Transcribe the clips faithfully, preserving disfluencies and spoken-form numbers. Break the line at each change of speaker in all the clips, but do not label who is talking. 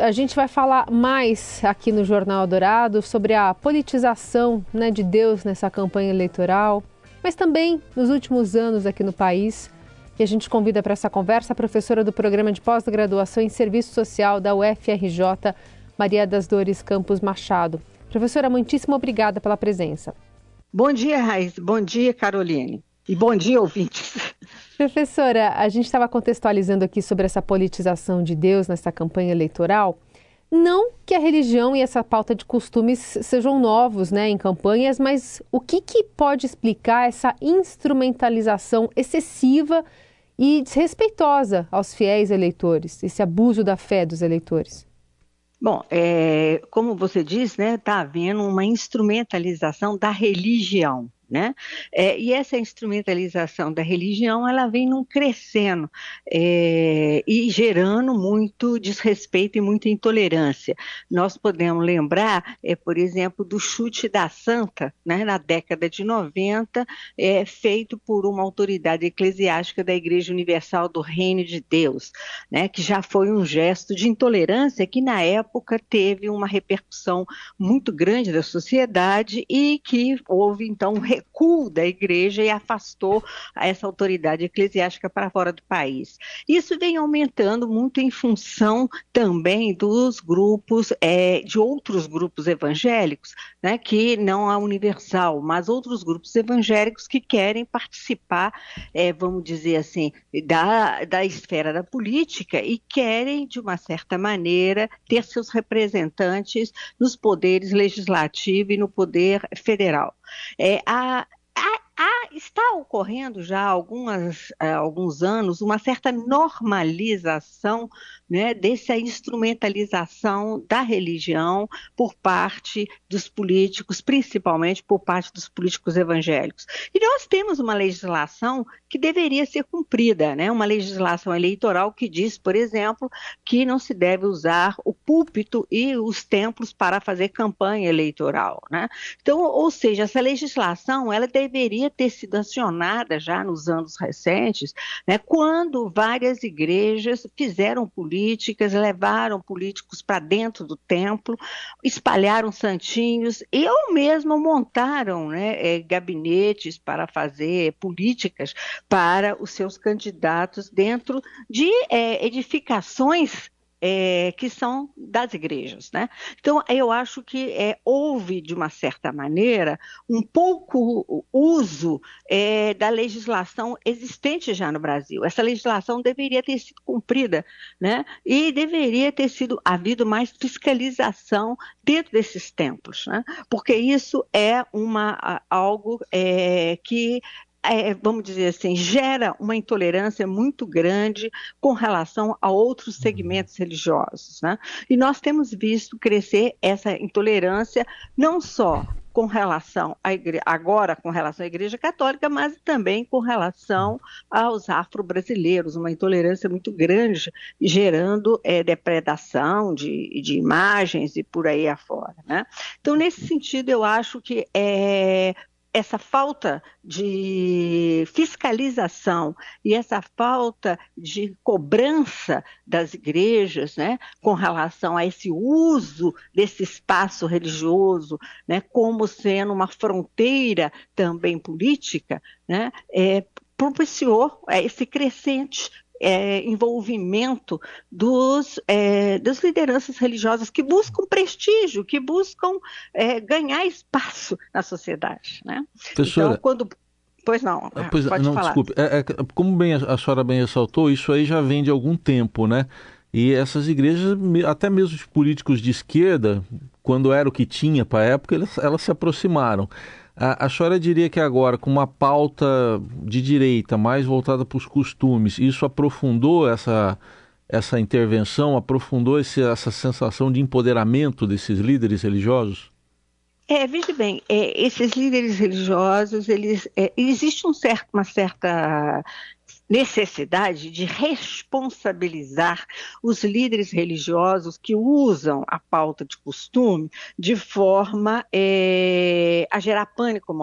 a gente vai falar mais aqui no Jornal Eldorado sobre a politização, né, de Deus nessa campanha eleitoral, mas também nos últimos anos aqui no país. E a gente convida para essa conversa a professora do Programa de Pós-Graduação em Serviço Social da U F R J, Maria das Dores Campos Machado. Professora, muitíssimo obrigada pela presença.
Bom dia, Raiz. Bom dia, Caroline. E bom dia, ouvintes.
Professora, a gente estava contextualizando aqui sobre essa politização de Deus nessa campanha eleitoral. Não que a religião e essa pauta de costumes sejam novos, né, em campanhas, mas o que, que pode explicar essa instrumentalização excessiva e desrespeitosa aos fiéis eleitores, esse abuso da fé dos eleitores?
Bom, é, como você diz, né, está havendo uma instrumentalização da religião. Né? É, e essa instrumentalização da religião, ela vem num crescendo é, e gerando muito desrespeito e muita intolerância. Nós podemos lembrar, é, por exemplo, do chute da Santa, né, na década de noventa, é, feito por uma autoridade eclesiástica da Igreja Universal do Reino de Deus, né, que já foi um gesto de intolerância que na época teve uma repercussão muito grande da sociedade e que houve então um recuo da igreja e afastou essa autoridade eclesiástica para fora do país. Isso vem aumentando muito em função também dos grupos, é, de outros grupos evangélicos, né, que não a Universal, mas outros grupos evangélicos que querem participar, é, vamos dizer assim, da, da esfera da política e querem, de uma certa maneira, ter seus representantes nos poderes legislativo e no poder federal. É, a, a, a, está ocorrendo já há algumas, há alguns anos uma certa normalização, né, dessa instrumentalização da religião por parte dos políticos, principalmente por parte dos políticos evangélicos. E nós temos uma legislação que deveria ser cumprida, né, uma legislação eleitoral que diz, por exemplo, que não se deve usar o púlpito e os templos para fazer campanha eleitoral, né? Então, ou seja, essa legislação ela deveria ter sido acionada já nos anos recentes, né, quando várias igrejas fizeram políticas, levaram políticos para dentro do templo, espalharam santinhos e ou mesmo montaram, né, gabinetes para fazer políticas para os seus candidatos dentro de é, edificações É, que são das igrejas, né? Então, eu acho que é, houve, de uma certa maneira, um pouco uso é, da legislação existente já no Brasil. Essa legislação deveria ter sido cumprida, né? E deveria ter sido havido mais fiscalização dentro desses templos, né? Porque isso é uma, algo é, que É, vamos dizer assim, gera uma intolerância muito grande com relação a outros segmentos religiosos, né? E nós temos visto crescer essa intolerância não só com relação à igreja, agora com relação à Igreja Católica, mas também com relação aos afro-brasileiros, uma intolerância muito grande, gerando é, depredação de, de imagens e por aí afora, né? Então, nesse sentido, eu acho que é, essa falta de fiscalização e essa falta de cobrança das igrejas, né, com relação a esse uso desse espaço religioso, né, como sendo uma fronteira também política, né, é, propiciou esse crescente É, envolvimento dos, é, das lideranças religiosas que buscam prestígio, que buscam é, ganhar espaço na sociedade, né?
Professora,
então, quando... Pois não,
pois,
pode
não,
falar.
Desculpe, é, é, como bem a, a senhora bem ressaltou, isso aí já vem de algum tempo, né? E essas igrejas, até mesmo os políticos de esquerda, quando era o que tinha para a época, elas, elas se aproximaram. A, a senhora diria que agora, com uma pauta de direita mais voltada para os costumes, isso aprofundou essa, essa intervenção, aprofundou esse, essa sensação de empoderamento desses líderes religiosos?
É, veja bem, é, esses líderes religiosos, eles, é, existe um certo, uma certa necessidade de responsabilizar os líderes religiosos que usam a pauta de costume de forma é, a gerar pânico moral.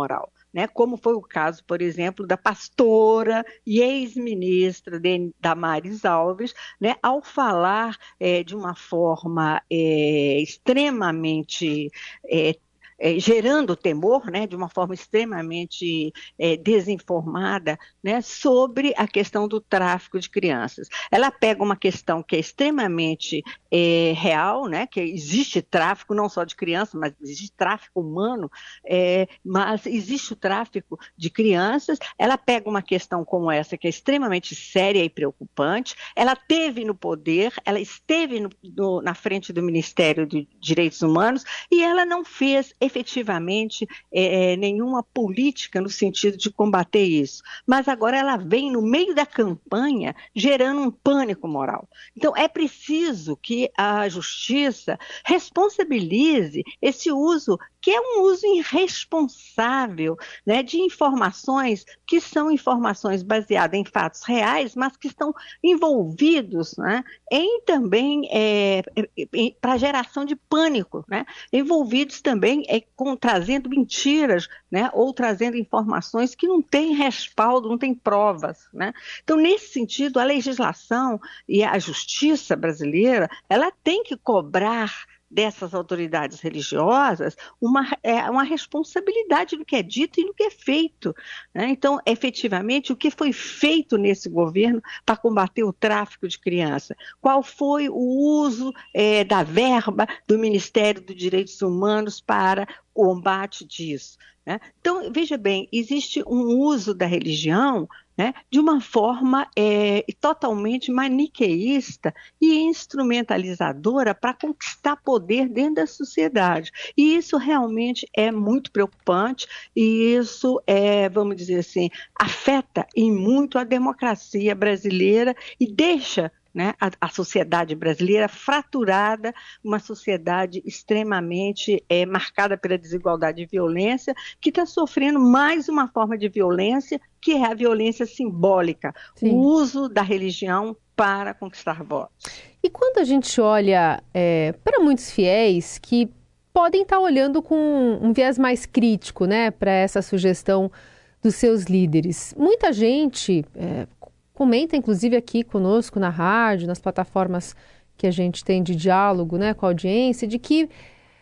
né, como foi o caso, por exemplo, da pastora e ex-ministra Damares Alves, né, ao falar é, de uma forma é, extremamente é, É, gerando temor, né, de uma forma extremamente é, desinformada, né, sobre a questão do tráfico de crianças. Ela pega uma questão que é extremamente é, real, né, que existe tráfico não só de crianças, mas existe tráfico humano, é, mas existe o tráfico de crianças. Ela pega uma questão como essa, que é extremamente séria e preocupante. Ela teve no poder, ela esteve no, no, na frente do Ministério dos Direitos Humanos e ela não fez efetivamente é, nenhuma política no sentido de combater isso. Mas agora ela vem no meio da campanha gerando um pânico moral. Então é preciso que a justiça responsabilize esse uso, que é um uso irresponsável, né, de informações que são informações baseadas em fatos reais, mas que estão envolvidos, né, em também é, para geração de pânico, né, envolvidos também é, com, trazendo mentiras, né, ou trazendo informações que não têm respaldo, não têm provas, né? Então, nesse sentido, a legislação e a justiça brasileira, ela tem que cobrar dessas autoridades religiosas uma, é, uma responsabilidade no que é dito e no que é feito, né? Então, efetivamente, o que foi feito nesse governo para combater o tráfico de criança? Qual foi o uso é, da verba do Ministério dos Direitos Humanos para o combate disso, né? Então, veja bem, existe um uso da religião, né, de uma forma é, totalmente maniqueísta e instrumentalizadora para conquistar poder dentro da sociedade. E isso realmente é muito preocupante e isso, é, vamos dizer assim, afeta em muito a democracia brasileira e deixa, né, a, a sociedade brasileira fraturada, uma sociedade extremamente é, marcada pela desigualdade e violência, que está sofrendo mais uma forma de violência, que é a violência simbólica, Sim. o uso da religião para conquistar votos.
E quando a gente olha é, para muitos fiéis que podem estar olhando com um viés mais crítico, né, para essa sugestão dos seus líderes, muita gente é, comenta, inclusive, aqui conosco na rádio, nas plataformas que a gente tem de diálogo, né, com a audiência, de que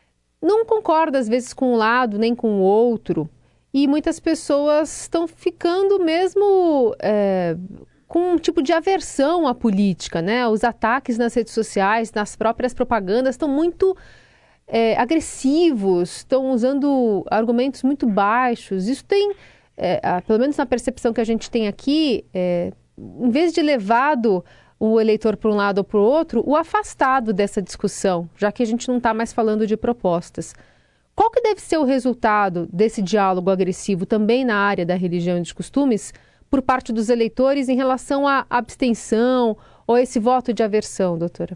não concorda, às vezes, com um lado nem com o outro. E muitas pessoas estão ficando mesmo é, com um tipo de aversão à política, né? Os ataques nas redes sociais, nas próprias propagandas, estão muito é, agressivos, estão usando argumentos muito baixos. Isso tem, é, pelo menos na percepção que a gente tem aqui, é, em vez de levado o eleitor para um lado ou para o outro, o afastado dessa discussão, já que a gente não está mais falando de propostas. Qual que deve ser o resultado desse diálogo agressivo também na área da religião e dos costumes por parte dos eleitores em relação à abstenção ou esse voto de aversão, doutora?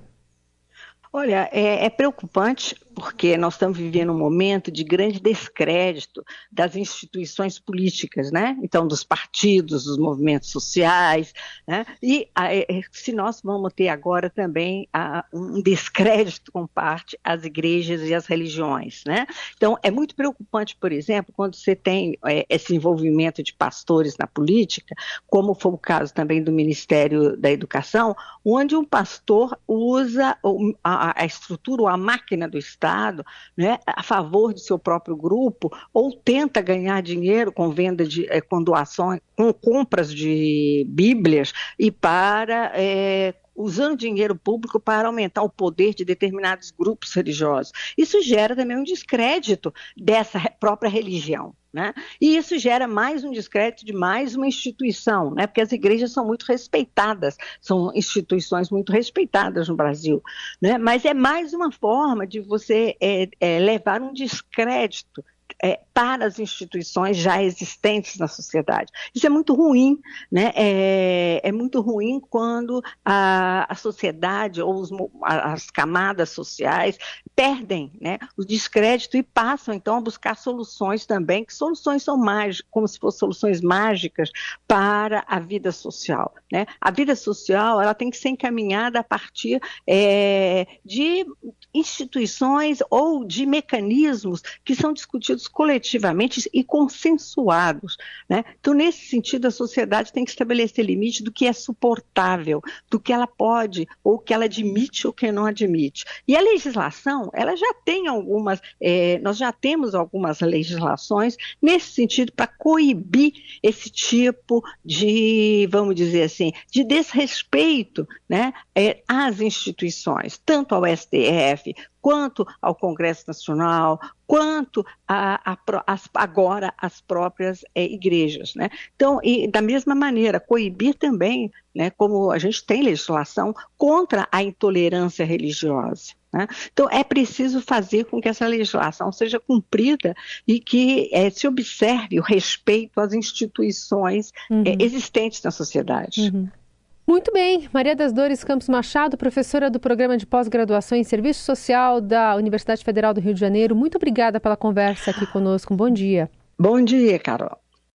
Olha, é, é preocupante porque nós estamos vivendo um momento de grande descrédito das instituições políticas, né? Então, dos partidos, dos movimentos sociais, né? E a, se nós vamos ter agora também a, um descrédito com parte às igrejas e às religiões, né? Então, é muito preocupante, por exemplo, quando você tem é, esse envolvimento de pastores na política, como foi o caso também do Ministério da Educação, onde um pastor usa a, a estrutura ou a máquina do Estado, né, a favor de seu próprio grupo, ou tenta ganhar dinheiro com venda de com doações, com compras de Bíblias e para é, usando dinheiro público para aumentar o poder de determinados grupos religiosos. Isso gera também um descrédito dessa própria religião, né? E isso gera mais um descrédito de mais uma instituição, né? Porque as igrejas são muito respeitadas, são instituições muito respeitadas no Brasil, né? Mas é mais uma forma de você é, é, levar um descrédito É, para as instituições já existentes na sociedade. Isso é muito ruim, né? É, é muito ruim quando a, a sociedade ou os, as camadas sociais perdem, né, o descrédito e passam, então, a buscar soluções também, que soluções são mágicas, como se fossem soluções mágicas para a vida social, né? A vida social, ela tem que ser encaminhada a partir é, de instituições ou de mecanismos que são discutidos coletivamente e consensuados, né? Então, nesse sentido, a sociedade tem que estabelecer limite do que é suportável, do que ela pode, ou que ela admite ou que não admite. E a legislação, ela já tem algumas, é, nós já temos algumas legislações nesse sentido para coibir esse tipo de, vamos dizer assim, de desrespeito, né, é, às instituições, tanto ao S T F, quanto ao Congresso Nacional, quanto a, a, as, agora as próprias é, igrejas, né? Então, e da mesma maneira, coibir também, né, como a gente tem legislação contra a intolerância religiosa, né? Então, é preciso fazer com que essa legislação seja cumprida e que é, se observe o respeito às instituições uhum. é, existentes na sociedade.
Uhum. Muito bem, Maria das Dores Campos Machado, professora do Programa de Pós-Graduação em Serviço Social da Universidade Federal do Rio de Janeiro. Muito obrigada pela conversa aqui conosco. Um bom dia.
Bom dia, Carol.